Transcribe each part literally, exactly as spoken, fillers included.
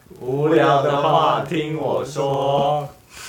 无聊的话听我说。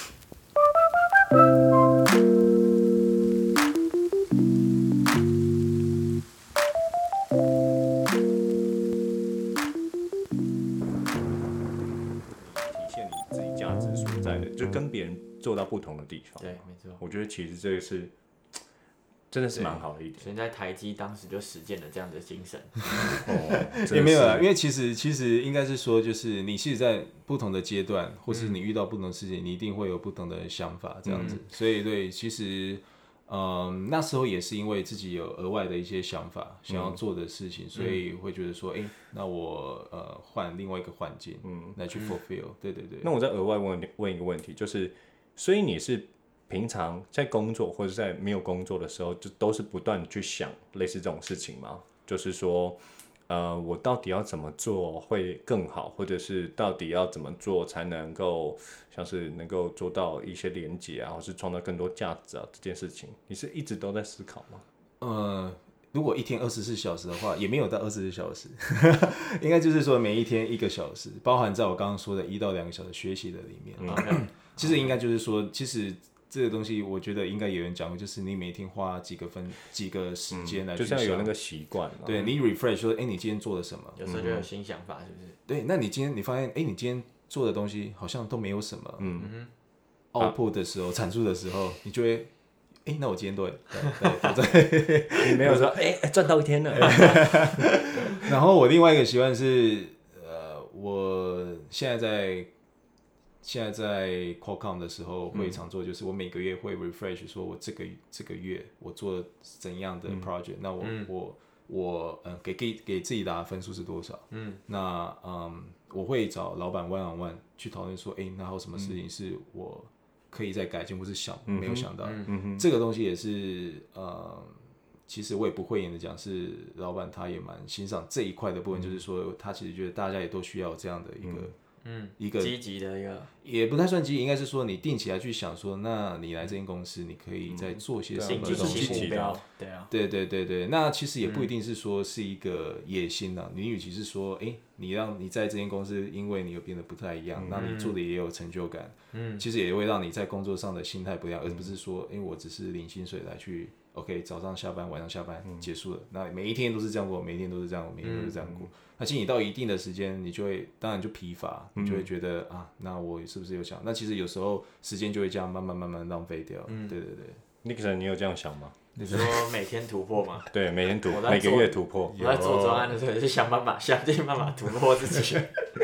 就跟别人做到不同的地方， 对，没错。 我觉得其实这个是真的是蛮好的一点。 所以在台积当时就实践了这样的精神。 哦，也没有啦，因为其实其实应该是说，就是你其实，在不同的阶段，或是你遇到不同的事情，你一定会有不同的想法，这样子。嗯、所以对，其实。嗯，那时候也是因为自己有额外的一些想法，想要做的事情，嗯、所以会觉得说，哎、欸，那我呃换另外一个环境，嗯，来去 fulfill，、嗯、对对对。 那我再额外问问一个问题，就是，所以你是平常在工作或者在没有工作的时候，就都是不断去想类似这种事情吗？就是说，呃，我到底要怎么做会更好，或者是到底要怎么做才能够像是能够做到一些连结啊，或是创造更多价值啊，这件事情，你是一直都在思考吗？ 呃，如果一天二十四小时的话，也没有到二十四小时，应该就是说每一天一个小时，包含在我刚刚说的一到两个小时学习的里面。嗯、其实应该就是说，其实。这个东西我觉得应该有人讲过，就是你每天花几个分几个时间来去想、 嗯，就是要有那个习惯。 对，你 refresh 说，哎，你今天做了什么？ 有时候就有新想法，是不是？ 对，那你今天你发现，哎，你今天做的东西好像都没有什么，嗯 output 的时候，产出的时候，你就会，哎，那我今天都对对对， 你没有说，哎，赚到一天了。 然后我另外一个习惯是，呃，我现在在。现在在 Qualcomm 的时候会常做，就是我每个月会 refresh， 说我这个这个月我做怎样的 project，、嗯、那我、嗯、我我呃给给给自己打的分数是多少？嗯，那嗯我会找老板 one on one 去讨论说，哎，那还有什么事情是我可以再改进，或是想、嗯、没有想到的、嗯？这个东西也是呃，其实我也不讳言的讲，是老板他也蛮欣赏这一块的部分，嗯、就是说他其实觉得大家也都需要这样的一个。嗯嗯，一个积极的一个， 也不太算积极，应该是说你定起来去想说，那你来这间公司，你可以再做些什么东西？ 目标，对啊， 对对对对，那其实也不一定是说是一个野心啊，你与其是说，哎，你让你在这间公司，因为你有变得不太一样，那你做的也有成就感，嗯，其实也会让你在工作上的心态不一样，而不是说，哎，我只是领薪水来去 ，OK， 早上下班，晚上下班结束了，那每一天都是这样过，每一天都是这样过，每一天都是这样过。那其实你到一定的时间，你就会当然就疲乏，你就会觉得、嗯、啊，那我是不是有想？那其实有时候时间就会这样慢慢慢慢浪费掉。嗯，对对对。 Nixon， 你有这样想吗？ 你说每天突破吗？ 对，每天突破，每个月突破。 我在做专案的时候也是想办法，想尽办法突破自己。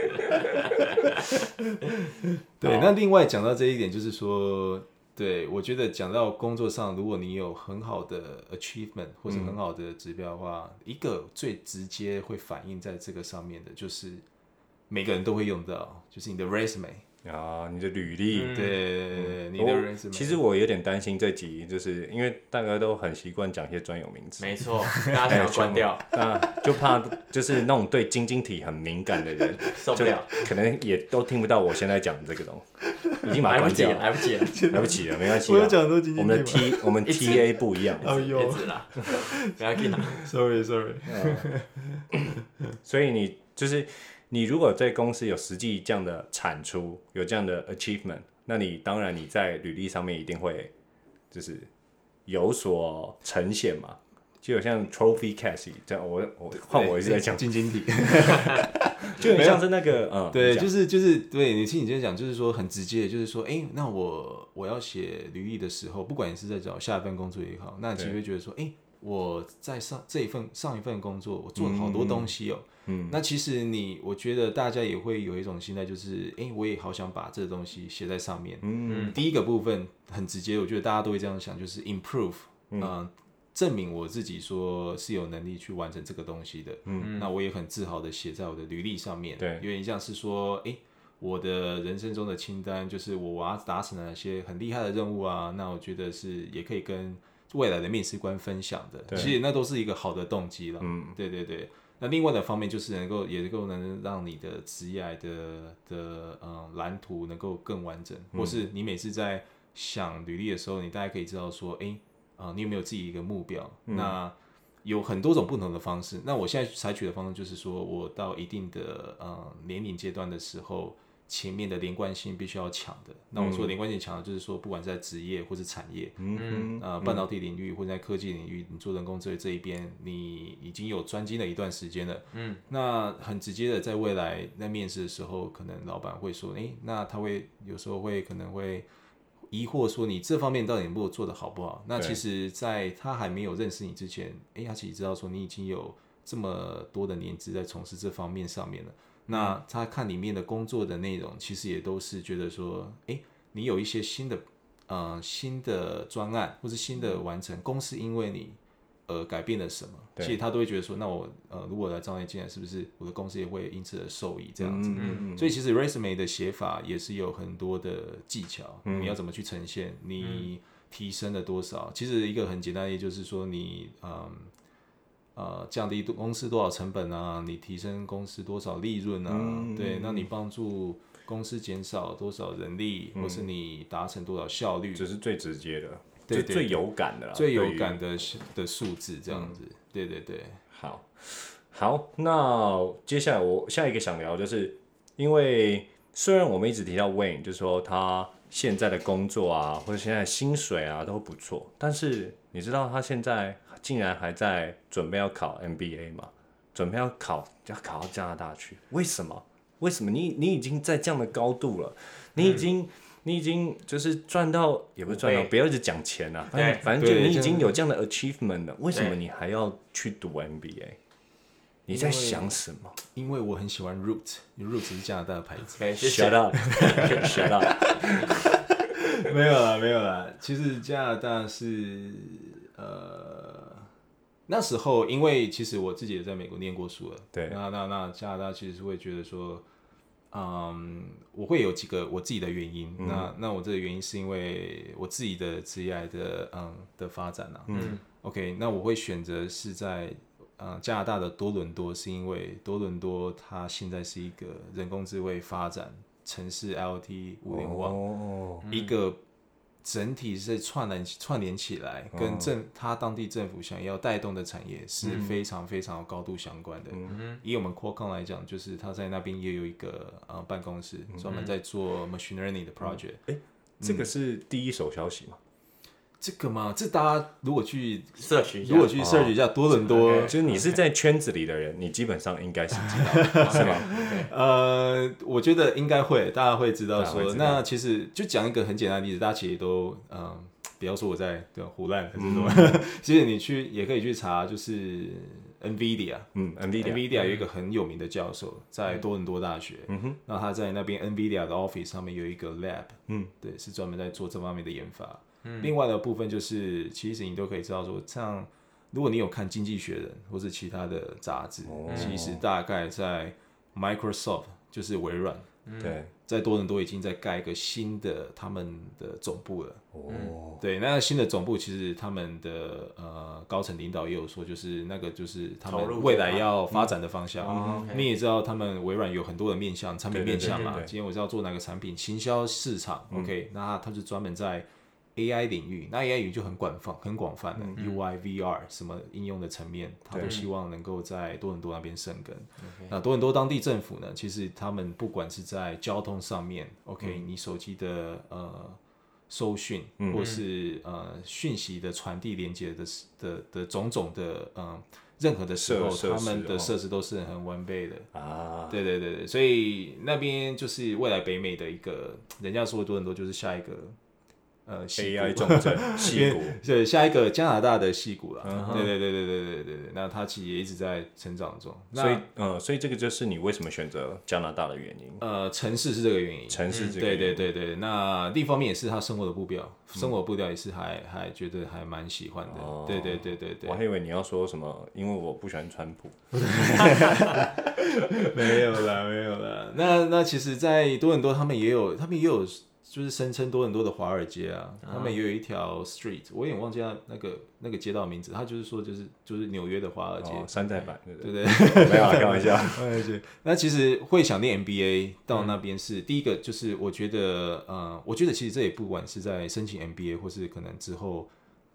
对，那另外讲到这一点，就是说。对，我觉得讲到工作上，如果你有很好的 achievement 或者很好的指标的话，嗯、一个最直接会反映在这个上面的，就是每个人都会用到，就是你的 resume 啊，你的履历， 嗯、对，嗯、你的 resume。 其实我有点担心这集，就是因为大家都很习惯讲一些专有名词， 没错，大家想要关掉， 啊，就怕就是那种对晶晶体很敏感的人受不了， 可能也都听不到我现在讲的这个东西。已经把它关掉了， 来不及了， 来不及了，没关系。 我有讲很多经济， 我们的 T 我们 T A 不一样， 哎呦， 别啦，不要紧啦 ，sorry sorry。 所以你就是你如果在公司有实际这样的产出，有这样的 achievement， 那你当然你在履历上面一定会就是有所呈现嘛。就有像 Trophy Cassie 这样，我我换我一直在讲晶晶体， 就很像是那个嗯， 对，就是就是对你听你今天讲，就是说很直接，就是说，哎、欸，那我我要写履历的时候，不管你是在找下一份工作也好，那你其实会觉得说，哎、欸，我在上这一份上一份工作，我做了好多东西哦、喔，嗯，那其实你我觉得大家也会有一种心态，就是哎、欸，我也好想把这个东西写在上面，嗯，第一个部分很直接，我觉得大家都会这样想，就是 improve， 嗯。呃证明我自己说是有能力去完成这个东西的，嗯，那我也很自豪的写在我的履历上面，对，有点像是说，哎、欸，我的人生中的清单就是我要达成了一些很厉害的任务啊，那我觉得是也可以跟未来的面试官分享的，其实那都是一个好的动机了，嗯，对对对。那另外的方面就是能够也能够能让你的职业的的嗯蓝图能够更完整，或是你每次在想履历的时候，你大概可以知道说，哎、欸。啊、呃，你有没有自己一个目标？嗯、那有很多种不同的方式。那我现在采取的方式就是说，我到一定的呃年龄阶段的时候，前面的连贯性必须要强的。那我说的连贯性强的，就是说，不管在职业或是产业，嗯呃半导体领域或者在科技领域，你做人工智慧这一边，你已经有专精了一段时间了，嗯，那很直接的，在未来在面试的时候，可能老板会说，哎，那他会有时候会可能会。疑惑说你这方面到底能不能做得好不好？那其实，在他还没有认识你之前，哎，他其实知道说你已经有这么多的年资在从事这方面上面了。那他看里面的工作的内容，其实也都是觉得说，哎，你有一些新的呃新的专案或是新的完成，公司因为你呃改变了什么，其实他都会觉得说，那我呃如果来招你进来，是不是我的公司也会因此而受益这样子？嗯嗯、所以其实 resume 的写法也是有很多的技巧，嗯、你要怎么去呈现，你提升了多少？其实一个很简单的，就是说你嗯呃降低公司多少成本啊，你提升公司多少利润啊？嗯、对，那你帮助公司减少多少人力，嗯、或是你达成多少效率？ 这是最直接的。 对就最有感的啦， 最有感的的数字这样子，嗯、对对对。 好，好，那接下来我下一个想聊就是，因为虽然我们一直提到 Wayne， 就是说他现在的工作啊，或者现在的薪水啊都不错，但是你知道他现在竟然还在准备要考 M B A 吗？准备要考要考到加拿大去，为什么？为什么你你已经在这样的高度了，你已经。嗯你已经就是赚到，也不是赚到，不要一直讲钱啊，反正反正就你已经有这样的 achievement 了，为什么你还要去读 M B A？ 你在想什么？ 因为我很喜欢 Root， 因为 Root 是加拿大的牌子。 Shut up，Shut up。 没有啦，没有啦。其实加拿大是呃那时候，因为其实我自己也在美国念过书了， 对， 那那那加拿大其实是会觉得说。嗯，我会有几个我自己的原因。嗯、那那我这个原因是因为我自己的职业的嗯的发展啊。嗯 ，OK， 那我会选择是在呃加拿大的多伦多，是因为多伦多它现在是一个人工智慧发展城市 I O T 物联网、哦、一个整体是串联串联起来，跟政它当地政府想要带动的产业是非常非常有高度相关的。嗯、以我们 Qualcomm 来讲，就是它在那边也有一个呃办公室，专门在做 machine learning 的 project。哎、 嗯，这个是第一手消息吗？ 这个嘛，这大家如果去 search 一下， 如果去 search 一下多伦多， 哦、就是你是在圈子里的人，你基本上应该是知道，是吗？ 呃，我觉得应该会，大家会知道说，那其实就讲一个很简单的例子，大家其实都嗯、呃，不要说我在对胡乱还是什么，嗯、其实你去也可以去查，就是 NVIDIA， 嗯 ，NVIDIA，NVIDIA NVIDIA 有一个很有名的教授在多伦多大学，嗯哼，那他在那边 NVIDIA 的 office 上面有一个 lab， 嗯，对，是专门在做这方面的研发。嗯、另外的部分就是，其实你都可以知道说，像如果你有看《经济学人》或是其他的杂志，哦、其实大概在 Microsoft 就是微软， 对、嗯， 在多伦多已经在盖一个新的他们的总部了。哦，对，那新的总部其实他们的呃高层领导也有说，就是那个就是他们未来要发展的方向。嗯嗯、你也知道，他们微软有很多的面向，产品面向嘛。今天我是要做哪个产品，行销市场、嗯、，OK， 那他是专门在。A I 领域，那 A I 领域就很广泛、很广泛的、嗯、U I V R 什么应用的层面，他都希望能够在多伦多那边生根。那多伦多当地政府呢，其实他们不管是在交通上面 ，OK，、嗯、你手机的呃收讯，嗯、或是呃讯息的传递、连接的的的种种的呃任何的时候，他们的设施都是很完备的啊。对对对对，所以那边就是未来北美的一个，人家说多伦多就是下一个。呃 ，A I 重镇矽谷， 对，下一个加拿大的矽谷啦。Uh-huh. 对对对对对对对对，那它其实也一直在成长中。 所以，呃，所以这个就是你为什么选择加拿大的原因。 呃，城市是这个原因， 城市这个原因。对对对对，那另一方面也是他生活的步调，嗯、生活步调也是还还觉得还蛮喜欢的。哦、对对对对对。 我还以为你要说什么，因为我不喜欢川普。 没有啦，没有啦。那那其实，在多伦多他们也有，他们也有。就是声称多伦多的华尔街啊，他们也有一条 street， 我有点忘记他那个那个街道名字，他就是说就是就是纽约的华尔街， 哦、山寨版，对对对， 没有开玩笑。 那其实会想念 M B A 到那边是、嗯、第一个，就是我觉得呃，我觉得其实这也不管是在申请 M B A 或是可能之后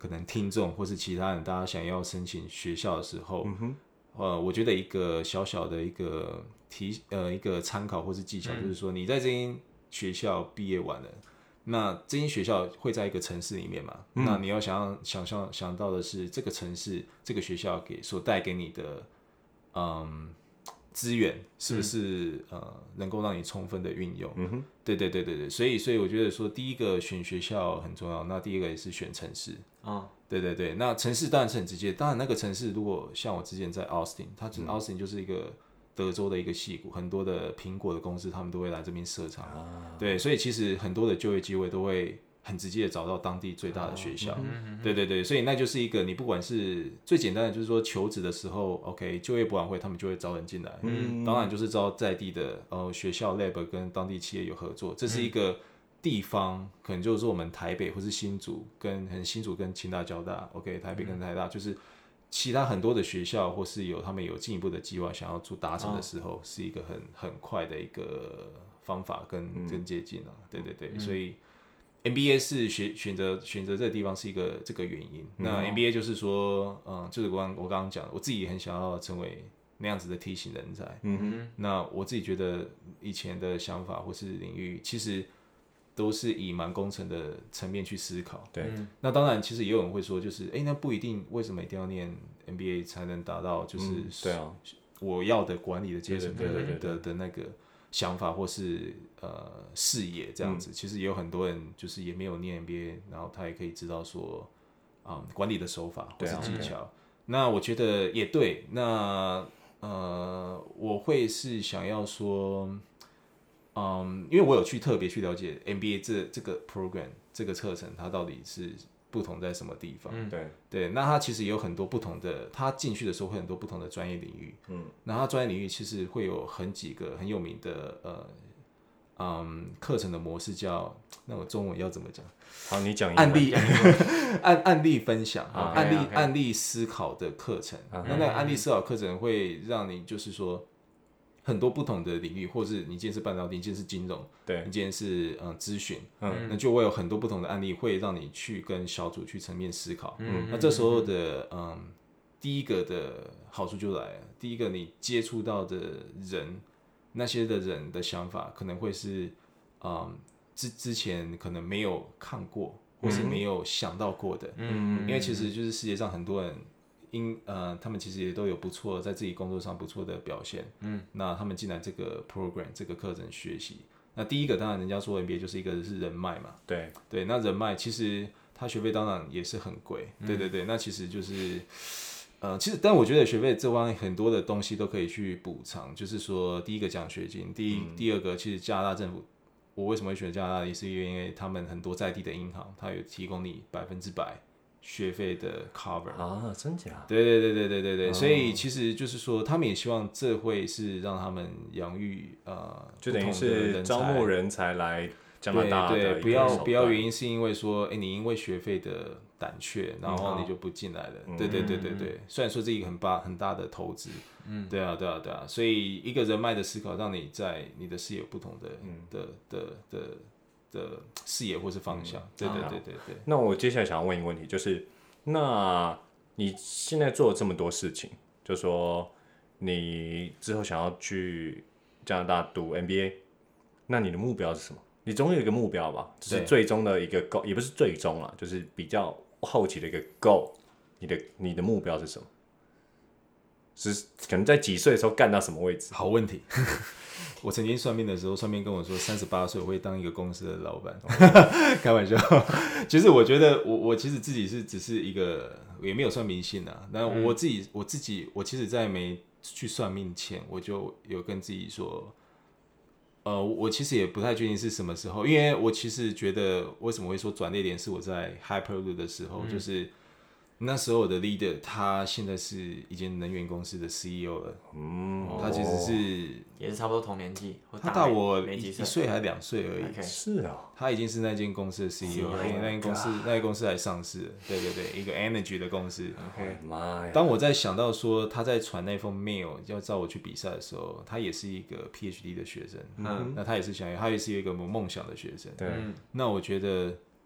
可能听众或是其他人，大家想要申请学校的时候，嗯、呃，我觉得一个小小的一个提呃一个参考或是技巧，嗯、就是说你在这间学校毕业完了，那这间学校会在一个城市里面嘛？嗯、那你要想要想象想到的是这个城市这个学校给所带给你的，嗯。资源是不是、嗯、呃能够让你充分的运用？嗯哼，对对对对对，所以所以我觉得说第一个选学校很重要，那第一个也是选城市。哦，对对对，那城市当然是很直接，当然那个城市如果像我之前在 Austin， 它、嗯、Austin 就是一个德州的一个矽谷，很多的苹果的公司他们都会来这边设厂。啊、对，所以其实很多的就业机会都会。很直接的找到当地最大的学校，哦嗯、对对对，所以那就是一个你不管是最简单的，就是说求职的时候 ，OK， 就业博览会他们就会招人进来，嗯、当然就是招在地的呃学校 lab 跟当地企业有合作，这是一个地方，嗯、可能就是说我们台北或是新竹跟很新竹跟清大交大 ，OK， 台北跟台大、嗯、就是其他很多的学校或是有他们有进一步的计划想要做达成的时候，哦、是一个很很快的一个方法跟、嗯、跟接近啊，对对对，嗯、所以。M B A 是选选择选择这个地方是一个这个原因。嗯、那 M B A 就是说，嗯，就是我刚我刚刚讲，我自己也很想要成为那样子的 T 型人才。嗯哼。那我自己觉得以前的想法或是领域，其实都是以蛮工程的层面去思考。 对。 那当然，其实也有人会说，就是哎，那不一定，为什么一定要念 M B A 才能达到就是、嗯、 对啊我要的管理的阶层的的的那个。想法或是呃视野这样子，嗯、其实也有很多人就是也没有念 M B A， 然后他也可以知道说，嗯，管理的手法或是技巧。啊、那我觉得也对。那呃，我会是想要说，嗯，因为我有去特别去了解 M B A 这这个 program 这个课程，它到底是不同在什么地方？ 嗯、对对，那它其实也有很多不同的，它进去的时候会很多不同的专业领域。嗯，那它专业领域其实会有很几个很有名的呃，嗯，课程的模式叫，那我中文要怎么讲？ 好，你讲案例案案例分享啊，案例 okay. 案例思考的课程。Okay. 那那个案例思考课程会让你就是说。很多不同的领域，或是你今天是半导体，你今天是金融， 对， 你今天是呃咨询，嗯，那就会有很多不同的案例，会让你去跟小组去层面思考。嗯，那这时候的嗯，第一个的好处就来了，第一个你接触到的人，那些的人的想法可能会是嗯之之前可能没有看过，或是没有想到过的。嗯，因为其实就是世界上很多人。因呃，他们其实也都有不错，在自己工作上不错的表现。嗯，那他们进来这个 program 这个课程学习，那第一个当然人家说 M B A 就是一个是人脉嘛。 对对，那人脉其实他学费当然也是很贵。嗯、对对对，那其实就是呃，其实但我觉得学费这方面很多的东西都可以去补偿，就是说第一个奖学金，第一、嗯、第二个其实加拿大政府，我为什么会选加拿大，也是因为他们很多在地的银行，它有提供你百分之百。学费的 cover 啊，真假？ 对对对对对对对，哦、所以其实就是说，他们也希望这会是让他们养育呃， 就等于是招募人才来加拿大的一个手段。 对对，不要不要原因是因为说，哎，你因为学费的胆怯，然后你就不进来了。嗯、对对对对对，虽然说这一个很大很大的投资，嗯，对啊对啊对啊，所以一个人脉的思考，让你在你的视野有不同的、嗯、的的的。的视野或是方向，嗯、对对对对对。 那我接下来想要问一个问题，就是那你现在做了这么多事情，就说你之后想要去加拿大读 M B A， 那你的目标是什么？你总有一个目标吧，就是最终的一个 goal， 也不是最终啦，就是比较后期的一个 goal。你的你的目标是什么？是可能在几岁的时候干到什么位置？ 好问题。我曾经算命的时候，算命跟我说，三十八岁我会当一个公司的老板，开玩笑。其实我觉得我，我我其实自己是只是一个，也没有算迷信啊。那我自己，我自己，我其实，在没去算命前，我就有跟自己说，呃，我其实也不太确定是什么时候，因为我其实觉得，为什么会说转捩点是我在 Hyperloop 的时候，嗯、就是。那时候我的 leader 他现在是一间能源公司的 C E O 了，嗯，他其实是也是差不多同年纪， 他大我一岁还两岁而已， okay. 是啊， 他已经是那间公司的 C E O， 而且那间公司那间公司还上市了，对对对，一个 energy 的公司。 OK， 妈呀！ 当我在想到说他在传那封 mail 要找我去比赛的时候，他也是一个 P H D 的学生，嗯，那他也是想要，他也是一个有梦想的学生， 对， 那我觉得。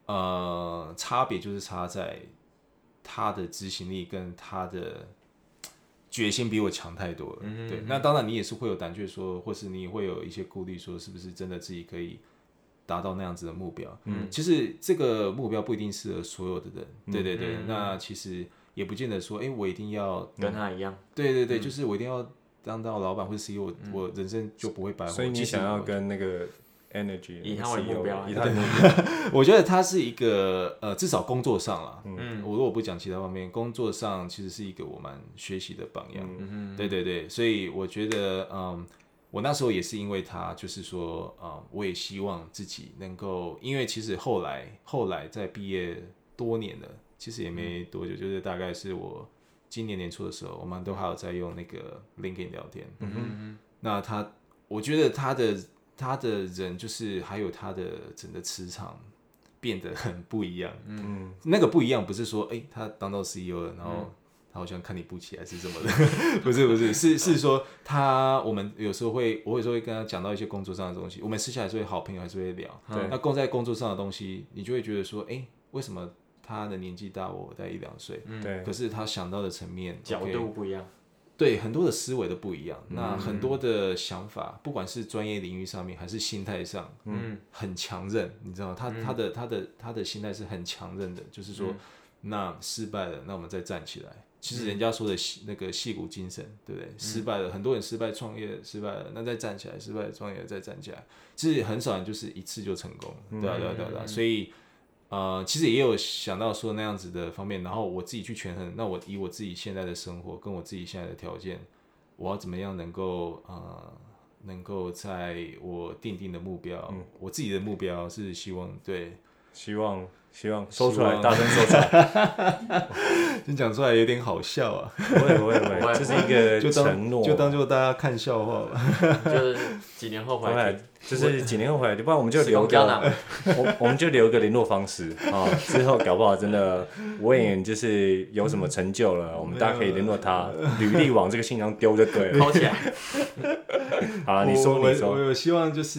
呃，差别就是差在他的执行力跟他的决心比我强太多了。嗯、对，那当然你也是会有胆怯说，或是你会有一些顾虑说，是不是真的自己可以达到那样子的目标？嗯，其实这个目标不一定适合所有的人。嗯、对对对，嗯、那其实也不见得说，哎、欸，我一定要跟他一样。 对对对，嗯、就是我一定要当到老板或者 C E O，、嗯、我人生就不会白活。 所以你想要跟那个 Energy 以他为目标， 以他为目标。 我觉得他是一个呃，至少工作上啦，嗯，我如果不讲其他方面，工作上其实是一个我蛮学习的榜样。嗯对对对，所以我觉得，嗯，我那时候也是因为他，就是说，嗯，我也希望自己能够，因为其实后来后来在毕业多年了，其实也没多久，就是大概是我今年年初的时候，我们都还有在用那个 LinkedIn 聊天。嗯哼，那他，我觉得他的。他的人就是还有他的整个磁场变得很不一样，嗯，那个不一样不是说哎、欸、他当到 C E O 了，然后他好像看你不起来是什么的，不是不是是是说他我们有时候会我有时候会跟他讲到一些工作上的东西，我们私下还是会好朋友还是会聊，对，那共在工作上的东西，你就会觉得说哎、欸、为什么他的年纪大我大一两岁，对，可是他想到的层面角度不一样。 对，很多的思维都不一样，嗯、那很多的想法，不管是专业领域上面还是心态上，嗯，很强韧，你知道吗？他、嗯、他的他的他的心态是很强韧的，就是说，嗯、那失败了，那我们再站起来。其实人家说的那个矽谷精神，对不对？嗯、失败了，很多人失败创业失败了，那再站起来，失败了创业再站起来，其实很少人就是一次就成功，对啊对啊对啊对啊，所以。呃，其实也有想到说那样子的方面，然后我自己去权衡，那我以我自己现在的生活跟我自己现在的条件，我要怎么样能够呃，能够在我定定的目标，嗯、我自己的目标是希望对， 希望希望说出来，大声说出来， 你讲出来有点好笑啊， 不会不会不会，这是一个承诺， 就当就大家看笑话吧， 就是几年后回来。 就是几年后回来，不然我们就留个，我我们就留个联络方式啊。之后搞不好真的Wayne就是有什么成就了，我们大家可以联络他，履历往这个信箱丢就对了。 抛起来。 好了，你说你说。 我有希望就是，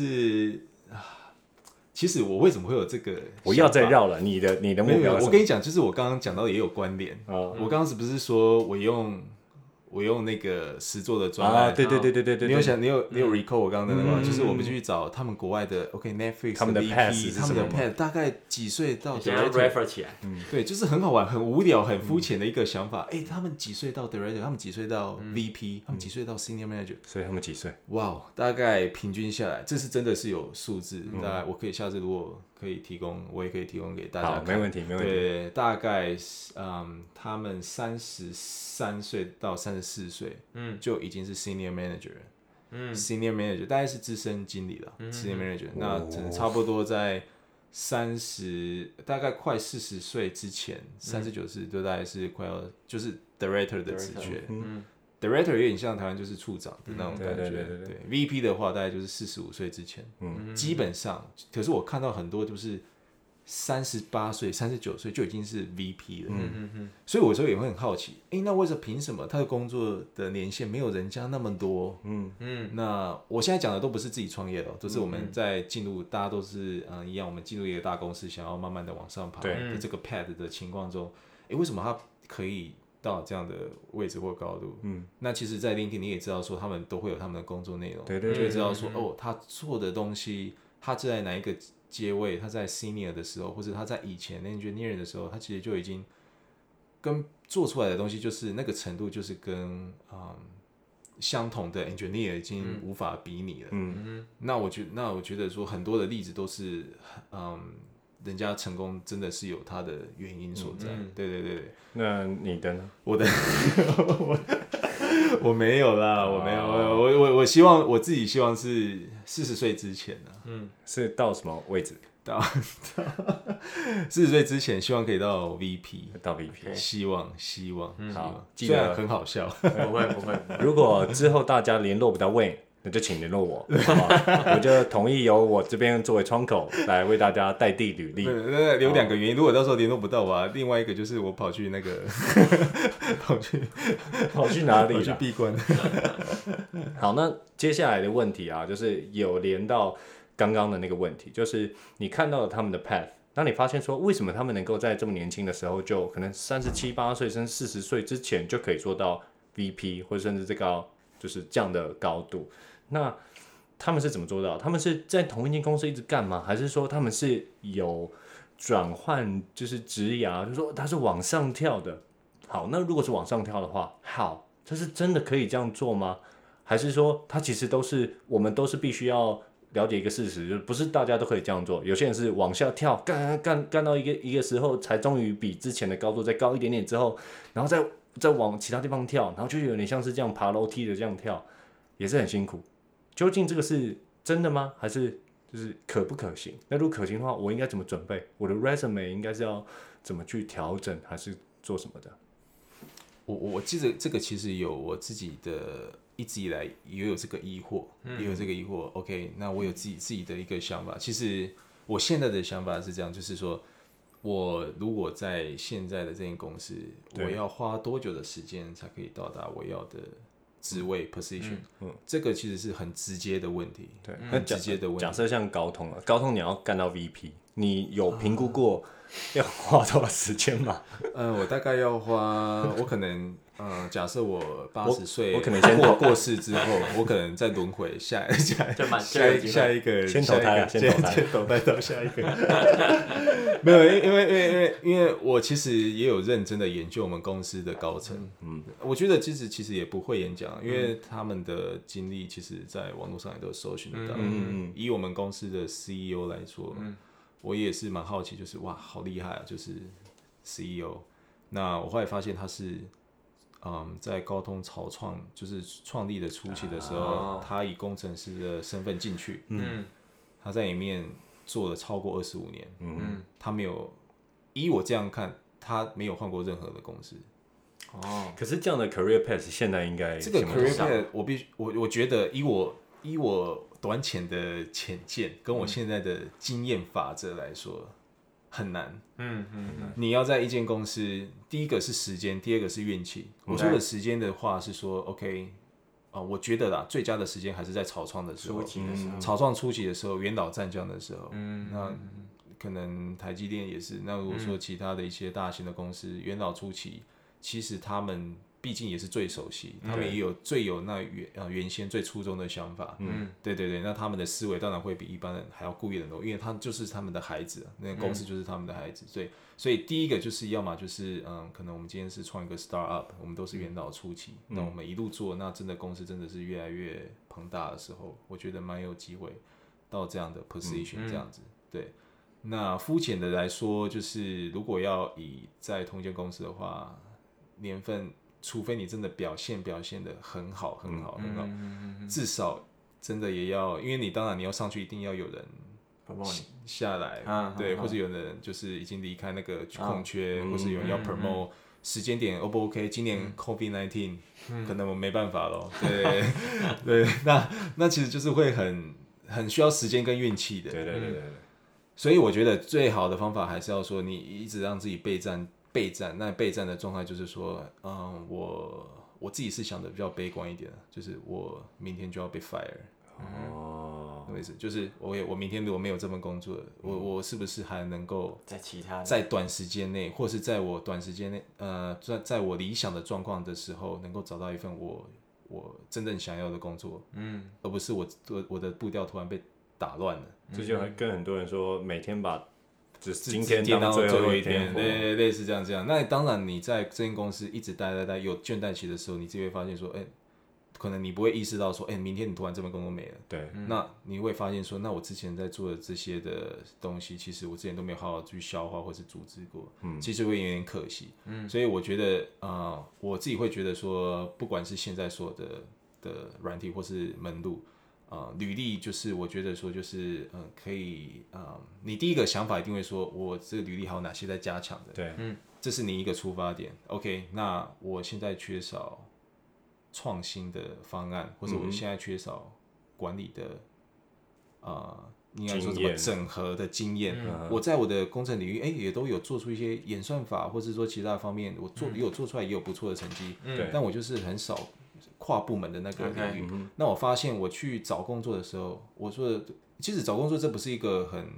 其实我为什么会有这个？ 我要再绕了，你的你的目标。 我跟你讲，就是我刚刚讲到也有关联。嗯、我刚刚是不是说我用？我用那个实作的专案， 啊，对对对对对对， 你有想，你有你有 recall 我刚刚的吗？就是我们就去找他们国外的 OK Netflix 他们的 pass， 他们的 pass 大概几岁到 director 起来， 对，就是很好玩、很无聊、很肤浅的一个想法。哎，他们几岁到 director？ 他们几岁到 V P？ 他们几岁到 senior manager？ 所以他们几岁？ 哇，大概平均下来，这是真的是有数字。大概我可以下次如果可以提供，我也可以提供给大家。 好，没问题，没问题。 对，大概嗯，他们三十三岁到三十四岁。嗯，就已经是 senior manager 了。嗯 ，senior manager 大概是资深经理了。嗯、senior manager，、哦、那可能差不多在三十，大概快四十岁之前，三十九岁就大概是快要就是 director 的职缺。嗯 ，director 有点像台湾就是处长的那种感觉。嗯、对, 对, 对, 对, 对 ，V P 的话大概就是四十五岁之前。嗯，基本上，可是我看到很多就是。三十八岁、三十九岁就已经是 V P 了，嗯嗯嗯，所以我有时候也会很好奇，哎、欸，那为什么凭什么他的工作的年限没有人家那么多？嗯嗯，那我现在讲的都不是自己创业的，都是我们在进入，大家都是嗯、呃、一样，我们进入一个大公司，想要慢慢的往上爬的这个 path 的情况中，哎、欸，为什么他可以到这样的位置或高度？嗯，那其实，在 LinkedIn 你也知道说，他们都会有他们的工作内容，对对，就会知道说，哦，他做的东西，他在哪一个阶位，他在 senior 的时候，或者他在以前 engineer 的时候，他其实就已经跟做出来的东西，就是那个程度，就是跟嗯相同的 engineer 已经无法比拟了。嗯嗯。那我觉那我觉得说很多的例子都是嗯，人家成功真的是有他的原因所在。嗯、对对对对。 那你的呢？ 我的我我没有啦，我没有，我我我我希望我自己希望是四十岁之前呢、啊。 嗯，是到什么位置？ 到四十岁之前，希望可以到 V P， 到 V P， 希望希望，嗯、 好， 虽然很好笑， 不会不会。 如果之后大家联络不到 Wayne， 那就请联络我，好吧？我就同意由我这边作为窗口来为大家代递履历。 有两个原因，如果到时候联络不到我、啊，另外一个就是我跑去那个跑去跑去哪里？ 跑去闭关。 好，那接下来的问题啊，就是有连到刚刚的那个问题，就是你看到了他们的 path， 当你发现说为什么他们能够在这么年轻的时候就可能三十七八岁甚至四十岁之前就可以做到 V P 或者甚至这个就是这样的高度，那他们是怎么做到？他们是在同一间公司一直干吗？还是说他们是有转换就是职涯，就是说他是往上跳的？好，那如果是往上跳的话，好，这是真的可以这样做吗？还是说他其实都是我们都是必须要了解一个事实，就是不是大家都可以这样做，有些人是往下跳，干干干到一个一个时候，才终于比之前的高度再高一点点之后，然后再再往其他地方跳，然后就有点像是这样爬楼梯的这样跳，也是很辛苦。究竟这个是真的吗？还是就是可不可行？那如果可行的话，我应该怎么准备？我的 resume 应该是要怎么去调整，还是做什么的？ 我我记得这个其实有我自己的。一直以来也有这个疑惑，也有这个疑惑。OK， 那我有自己自己的一个想法。其实我现在的想法是这样，就是说，我如果在现在的这间公司，我要花多久的时间才可以到达我要的职位 position？、嗯嗯、这个其实是很直接的问题。 对， 很直接的问题。 假设像高通了，高通你要干到 V P， 你有评估过要花多少时间吗？ 呃，我大概要花，我可能。呃，假设我八十岁， 我可能先过过世之后，我可能再轮回下下下一下一个先投胎， 先投胎，先投胎到下一个。没有，因为因为因为因为我其实也有认真的研究我们公司的高层，嗯，我觉得其实其实也不会演讲，因为他们的经历其实在网络上也都搜寻得到。嗯嗯。以我们公司的 C E O 来说，嗯，我也是蛮好奇，就是哇，好厉害啊，就是 C E O。那我后来发现他是。嗯，在高通草创就是创立的初期的时候，哦、他以工程师的身份进去，嗯，他在里面做了超过二十五年，嗯，他没有，依我这样看，他没有换过任何的公司。 哦，可是这样的 career path 现在应该这个 career path 我必须我我觉得以我以我短浅的浅见跟我现在的经验法则来说。很难，嗯嗯嗯，你要在一间公司，第一个是时间，第二个是运气。我说的时间的话是说 ，OK， 啊、呃，我觉得啦，最佳的时间还是在草创的时候，嗯、草创初期的时候，元老战将的时候，嗯，那可能台积电也是。那如果说其他的一些大型的公司，元老初期，其实他们。毕竟也是最熟悉，他们也有最有那原呃原先最初衷的想法，嗯，对对对，那他们的思维当然会比一般人还要固一点多，因为他就是他们的孩子，那个公司就是他们的孩子，所以所以第一个就是要么就是嗯，可能我们今天是创一个 start up， 我们都是元老初期，嗯、那我们一路做，那真的公司真的是越来越庞大的时候，我觉得蛮有机会到这样的 position 这样子，嗯、对。那肤浅的来说，就是如果要以在同一间公司的话，年份。除非你真的表现表现的很好很好很好，嗯嗯嗯、至少真的也要，因为你当然你要上去，一定要有人下来，啊、对，啊、或者有人就是已经离开那个空缺，啊、或是有人要 promote，、嗯、时间点 O 不 OK？ 今年 COVID 十九、嗯、可能我没办法咯，对对，那那其实就是会很很需要时间跟运气的， 对对对对对。 所以我觉得最好的方法还是要说，你一直让自己备战。备战，那备战的状态就是说，嗯，我我自己是想的比较悲观一点，就是我明天就要被 fire， 哦，什么意思？就是我我明天如果没有这份工作，嗯、我我是不是还能够在其他在短时间内，或是在我短时间内，呃，在在我理想的状况的时候，能够找到一份我我真正想要的工作，嗯，而不是我我我的步调突然被打乱了。 这就跟很多人说，每天把就是今天当最后一天，对，类似这样这样。那当然，你在这间公司一直待待待，有倦怠期的时候，你自己会发现说，哎、欸，可能你不会意识到说，哎、欸，明天你突然这份工作没了。 对， 那你会发现说，那我之前在做的这些的东西，其实我之前都没有好好去消化或是组织过，嗯，其实会有点可惜。嗯，所以我觉得，呃，我自己会觉得说，不管是现在所有的的软体或是门路。呃，履历就是我觉得说就是嗯、呃，可以呃，你第一个想法一定会说，我这个履历还有哪些在加强的？ 对， 嗯，这是你一个出发点。OK， 那我现在缺少创新的方案，或者我现在缺少管理的呃，应该说什么整合的经验。嗯、我在我的工程领域，哎、欸，也都有做出一些演算法，或者说其他方面，我做也有做出来，也有不错的成绩。嗯，但我就是很少。跨部门的那个领域， okay, 那我发现我去找工作的时候，我说其实找工作这不是一个很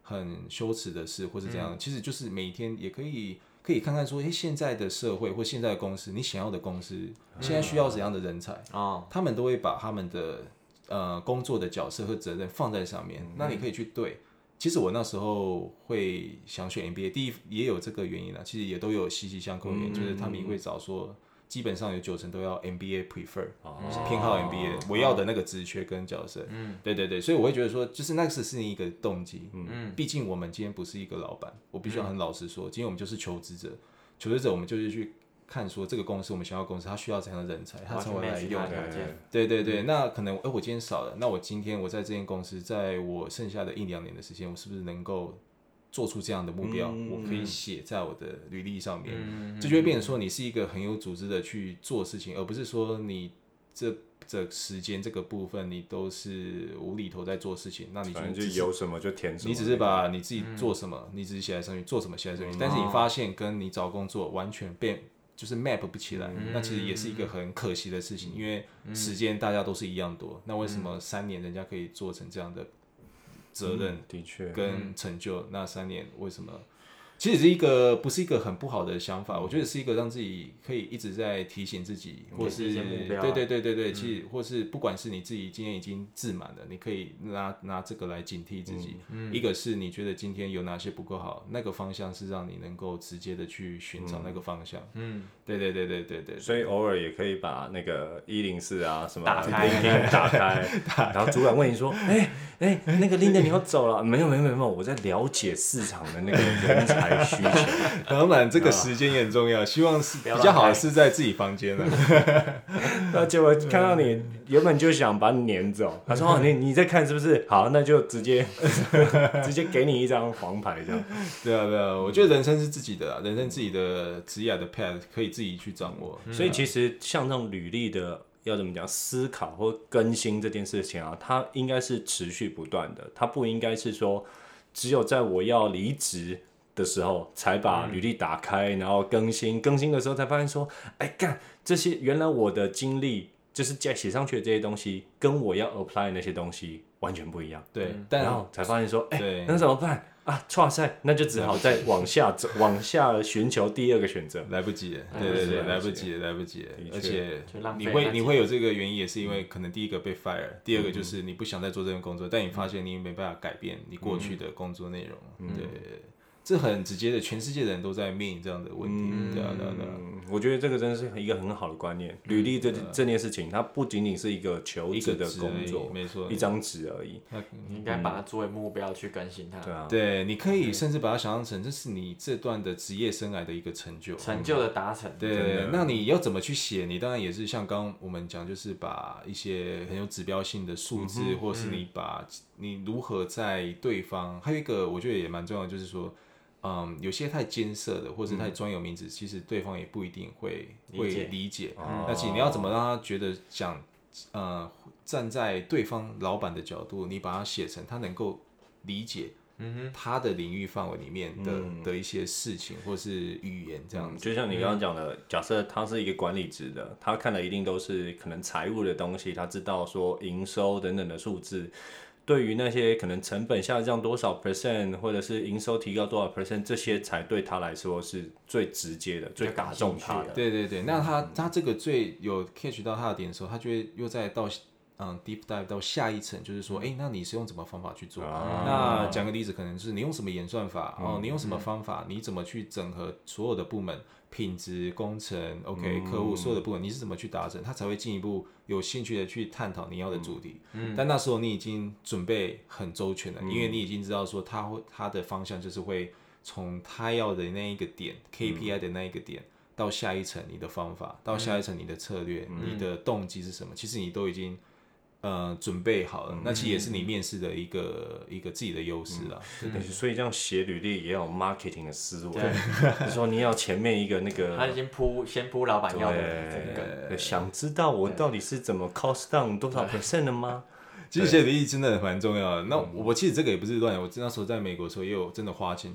很羞耻的事，或是这样，嗯、其实就是每天也可以可以看看说，哎，现在的社会或现在的公司，你想要的公司、嗯、现在需要怎样的人才，哦、他们都会把他们的呃工作的角色和责任放在上面，嗯、那你可以去对。其实我那时候会想选 M B A， 第一也有这个原因啦，其实也都有息息相扣的原因，嗯、就是他们也会找说。基本上有九成都要 M B A prefer，、哦、是偏好 M B A，、哦、我要的那个职缺跟角色，嗯，对对对，所以我会觉得说，就是那个是是一个动机，嗯，毕竟我们今天不是一个老板，我必须要很老实说，今天我们就是求职者，求职者我们就是去看说这个公司我们想要公司它需要怎样的人才，它才会来用，对对对，那可能哎、欸、我今天少了，那我今天我在这间公司，在我剩下的一两年的时间，我是不是能够做出这样的目标，嗯、我可以写在我的履历上面，嗯、这就会变成说你是一个很有组织的去做事情，而不是说你这这时间这个部分你都是无厘头在做事情，那你 就, 就有什么就填什么， 你只是把你自己做什么，嗯、你只是写在上去做什么写在上去，嗯、但是你发现跟你找工作完全变就是 map 不起来，嗯、那其实也是一个很可惜的事情，因为时间大家都是一样多，那为什么三年人家可以做成这样的？责任的确跟成就，嗯、那三年为什么？其实是一个不是一个很不好的想法，我觉得是一个让自己可以一直在提醒自己，或是目标、啊、 对对对对对，嗯、其实或是不管是你自己今天已经自满了，你可以拿拿这个来警惕自己。嗯嗯、一个是你觉得今天有哪些不够好，那个方向是让你能够直接的去寻找那个方向。嗯，对对对对对 对, 對。 所以偶尔也可以把那个一零四啊什么打开打开，然后主管问你说，哎哎、欸，那个 Linda 你要走了？没有没有没有，我在了解市场的那个人才需求。 当然，这个时间也很重要。希望是比较好的是在自己房间了。 那结果看到你原本就想把你撵走，他说：“哦，你你在看是不是？好，那就直接直接给你一张黄牌这样。” 对啊，对啊，我觉得人生是自己的啦，人生自己的职业的 path 可以自己去掌握。 嗯、所以其实像这种履历的。要怎么讲？思考或更新这件事情啊，它应该是持续不断的，它不应该是说只有在我要离职的时候才把履历打开，然后更新，更新的时候才发现说，哎干，这些原来我的经历就是写上去的这些东西，跟我要 apply 的那些东西完全不一样。 对， 然后才发现说，哎，那怎么办？啊，剉赛，那就只好再往下走，往下寻求第二个选择。 来不及了，对对对，来不及了，来不及了。而且你会你会有这个原因，也是因为可能第一个被 fire， 第二个就是你不想再做这份工作，但你发现你没办法改变你过去的工作内容。对，这很直接的，全世界的人都在面临这样的问题。对啊，对啊，对啊。 我觉得这个真的是一个很好的观念。履历这这件事情，它不仅仅是一个求职的工作， 没错， 一张纸而已。 你应该把它作为目标去更新它。 对啊， 对，你可以甚至把它想象成这是你这段的职业生涯的一个成就， 成就的达成。 对，那你要怎么去写？你当然也是像刚刚我们讲，就是把一些很有指标性的数字，或是你把你如何在对方，还有一个我觉得也蛮重要的，就是说。嗯，有些太艰涩的，或是太专有名词，嗯、其实对方也不一定会会理解。哦、那其实你要怎么让他觉得讲，呃，站在对方老板的角度，你把它写成他能够理解，他的领域范围里面的、嗯、的一些事情或是语言这样子。 嗯、就像你刚刚讲的，假设他是一个管理职的，他看的一定都是可能财务的东西，他知道说营收等等的数字。对于那些可能成本下降多少 percent， 或者是营收提高多少 percent， 这些才对他来说是最直接的、最打中他的。 对对对，那他他这个最有 catch 到他的点的时候，他就会又再到嗯 deep dive 到下一层，就是说，哎，那你是用什么方法去做？啊、那讲个例子，可能是你用什么演算法、嗯、哦，你用什么方法？嗯、你怎么去整合所有的部门？品质、工程 ，OK，、嗯、客户所有的部分，你是怎么去达成？他才会进一步有兴趣的去探讨你要的主题。嗯、但那时候你已经准备很周全了，嗯、因为你已经知道说他会他的方向就是会从他要的那一个点、嗯、K P I 的那一个点到下一层你的方法，到下一层你的策略，嗯、你的动机是什么？其实你都已经。呃，准备好了，嗯、那其实也是你面试的一个一个自己的优势啦。 嗯、对对，所以这样写履历也要有 marketing 的思维，就是说你要前面一个那个， 他已经铺先铺老板要的这个，想知道我到底是怎么 cost down 多少 percent 的吗？ 其实写履历真的蛮重要的。那我其实这个也不是乱，我那时候在美国的时候也有真的花钱请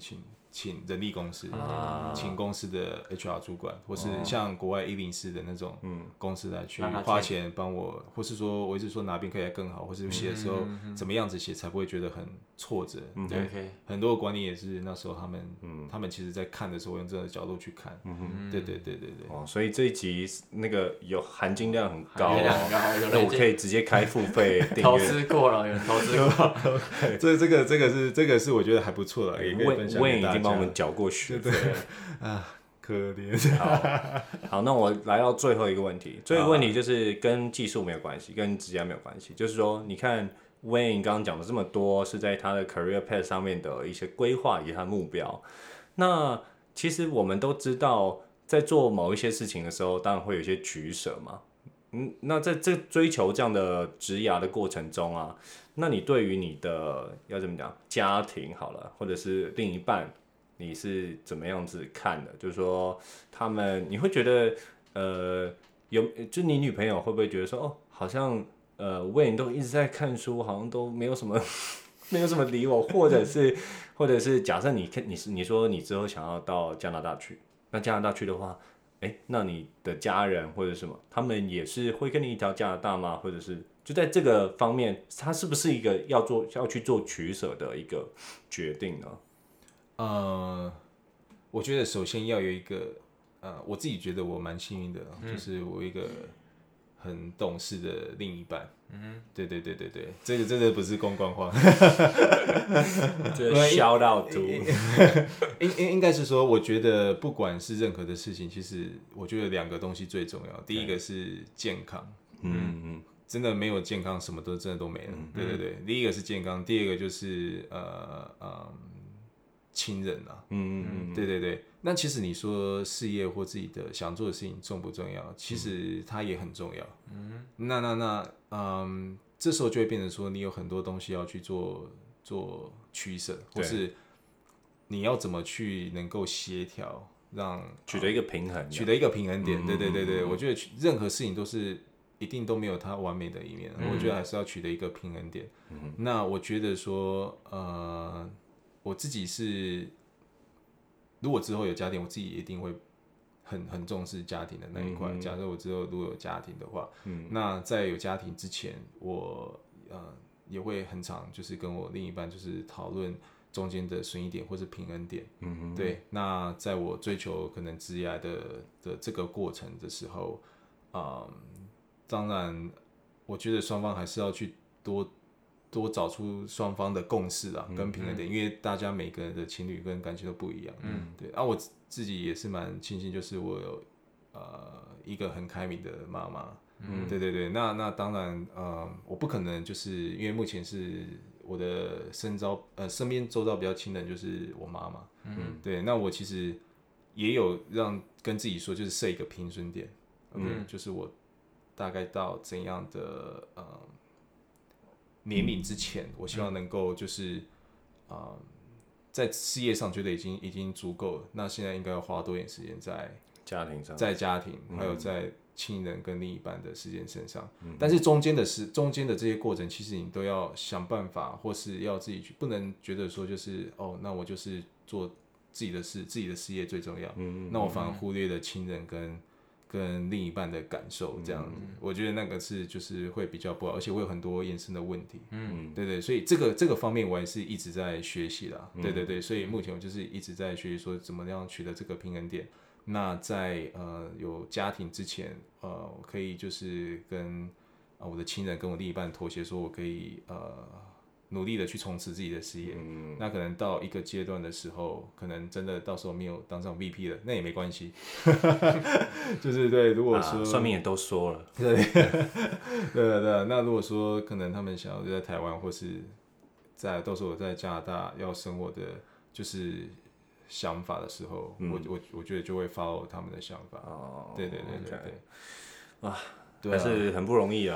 请人力公司， 啊请公司的 H R 主管，或是像国外一零四的那种公司来去让他花钱帮我，或是说我一直说哪边可以更好，或是写的时候怎么样子写才不会觉得很挫折。对， OK， 很多管理也是那时候他们，他们其实在看的时候用这个角度去看。对对对对对。 哦，所以这一集那个有含金量很高含金量很高有哦， 人那我可以直接开付费订投阅。 资过了，有人投资过。 这这个这个是这个是我觉得还不错了，也可以分享问已给大家。 经帮我们缴过学费了。 啊，可怜。 好，好，那我来到最后一个问题，最后一个问题就是跟技术没有关系，跟职业没有关系，就是说，你看 Wayne 刚刚讲的这么多，是在他的 career path 上面的一些规划以及他的目标。那其实我们都知道，在做某一些事情的时候，当然会有一些取舍嘛。嗯，那在这追求这样的职涯的过程中啊，那你对于你的要怎么讲家庭好了，或者是另一半，你是怎么样子看的？就是说，他们你会觉得，呃，有就你女朋友会不会觉得说，哦，好像呃Wayne都一直在看书，好像都没有什么没有什么理我，或者是或者是假设你你是你说你之后想要到加拿大去，那加拿大去的话。哎，那你的家人或者什么，他们也是会跟你一条加拿大吗？或者是就在这个方面，它是不是一个要做要去做取舍的一个决定呢？ 呃，我觉得首先要有一个，呃，我自己觉得我蛮幸运的，嗯、就是我一个很懂事的另一半。嗯，对对对对对，这个真的不是公关话。 这 shout out to 应应应该是说，我觉得不管是任何的事情，其实我觉得两个东西最重要。第一个是健康， 嗯嗯， 真的没有健康，什么都真的都没了。嗯、对对对，第一个是健康，第二个就是呃呃亲人啊， 嗯嗯嗯， 对对对。那其实你说事业或自己的想做的事情重不重要？其实它也很重要。嗯，那那那，嗯，这时候就会变成说，你有很多东西要去做做取舍，或是你要怎么去能够协调，让取得一个平衡， 取得一个平衡点。对对对对，我觉得任何事情都是一定都没有它完美的一面，我觉得还是要取得一个平衡点。那我觉得说，呃，我自己是。如果之后有家庭，我自己一定会很很重视家庭的那一块。嗯、假设我之后如果有家庭的话，嗯、那在有家庭之前，我呃也会很常就是跟我另一半就是讨论中间的损益点或是平衡点。嗯、对，那在我追求可能职业的的这个过程的时候，啊、呃，当然我觉得双方还是要去多。多找出双方的共识啊，跟平衡点，嗯、因为大家每个人的情侣跟感情都不一样。嗯，对。啊，我自己也是蛮庆幸，就是我有呃一个很开明的妈妈。嗯，对对对。那那当然，呃，我不可能就是因为目前是我的身周呃身边周遭比较亲的人就是我妈妈。嗯，对。那我其实也有让跟自己说，就是设一个平均点。嗯， okay, 就是我大概到怎样的呃。年龄之前，我希望能够就是，啊、呃，在事业上觉得已经已经足够了。那现在应该要花多点时间在家庭上， 在家庭，还有在亲人跟另一半的时间身上。嗯、但是中间的事，中间的这些过程，其实你都要想办法，或是要自己去，不能觉得说就是哦，那我就是做自己的事，自己的事业最重要。嗯、那我反而忽略了亲人跟。跟另一半的感受这样子，嗯、我觉得那个是就是会比较不好，而且会有很多衍生的问题。嗯，对对，所以这个这个方面我也是一直在学习啦。嗯、对对对，所以目前我就是一直在学习说怎么样取得这个平衡点。那在呃有家庭之前，呃，我可以就是跟啊、呃、我的亲人跟我另一半妥协，说我可以呃。努力的去冲刺自己的事业，嗯、那可能到一个阶段的时候，可能真的到时候没有当上 V P 了，那也没关系。就是对，如果说、 啊、算命也都说了， 对对对对，那如果说可能他们想要在台湾或是在到时候我在加拿大要生活的，就是想法的时候，嗯、我我我觉得就会 follow 他们的想法。哦，对对对对对， 啊，还是很不容易啊。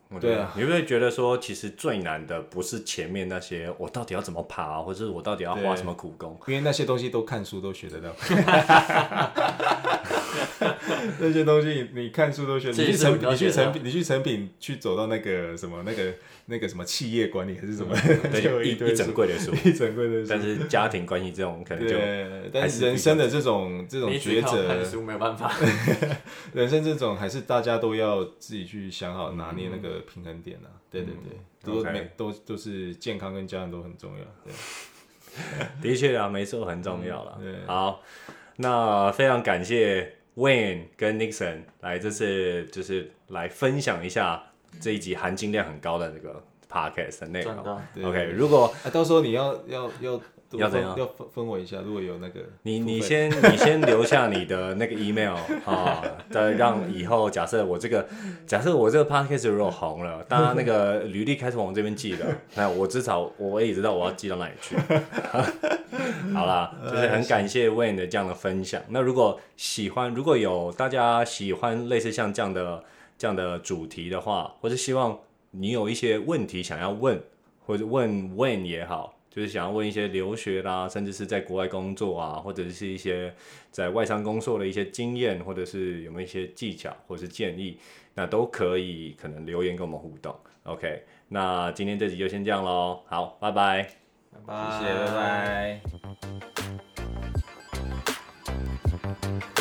对啊， 你会不会觉得说，其实最难的不是前面那些我到底要怎么爬，或者我到底要花什么苦功？ 因为那些东西都看书都学得到。那些东西你看书都学，你去成你去成品你去成品去走到那个什么那个那个什么企业管理还是什么， 对，一一整柜的书， 一整柜的书。 但是家庭关系这种可能就， 对，但是人生的这种这种抉择， 书没有办法。 人生这种还是大家都要自己去想好拿捏那个平衡点啊。对对对，都每都都是健康跟家人都很重要。 对，的确啊，没错，很重要了。好，那非常感谢 Wayne 跟 Nixon 来这次就是来分享一下这一集含金量很高的这个 podcast 的内容。OK， 如果、 啊、到时候你要要要要怎样？ 要分分我一下，如果有那个你你先你先留下你的那个 email 啊，再让以后假设我这个假设我这个 podcast 如果红了，大家那个履历开始往这边寄了，那我至少我也知道我要寄到哪里去。好啦，就是很感谢 Wayne 的这样的分享。那如果喜欢，如果有大家喜欢类似像这样的这样的主题的话，或是希望你有一些问题想要问，或者问 Wayne 也好。就是想要问一些留学啦，甚至是在国外工作啊，或者是一些在外商工作的一些经验，或者是有没有一些技巧或者是建议，那都可以可能留言跟我们互动。OK， 那今天这集就先这样咯，好，拜拜， 拜拜， 谢谢，拜拜。